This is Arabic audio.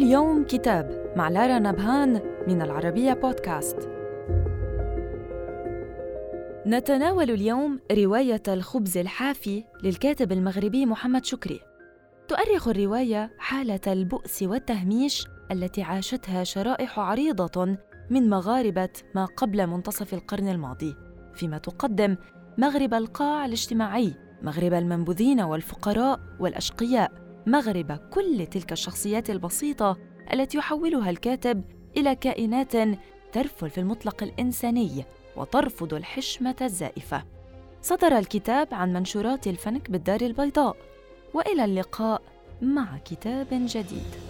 اليوم كتاب مع لارا نبهان من العربية بودكاست. نتناول اليوم رواية الخبز الحافي للكاتب المغربي محمد شكري. تؤرخ الرواية حالة البؤس والتهميش التي عاشتها شرائح عريضة من مغاربة ما قبل منتصف القرن الماضي، فيما تقدم مغرب القاع الاجتماعي، مغرب المنبوذين والفقراء والأشقياء، مغرب كل تلك الشخصيات البسيطة التي يحولها الكاتب إلى كائنات ترفل في المطلق الإنساني وترفض الحشمة الزائفة. صدر الكتاب عن منشورات الفنك بالدار البيضاء، وإلى اللقاء مع كتاب جديد.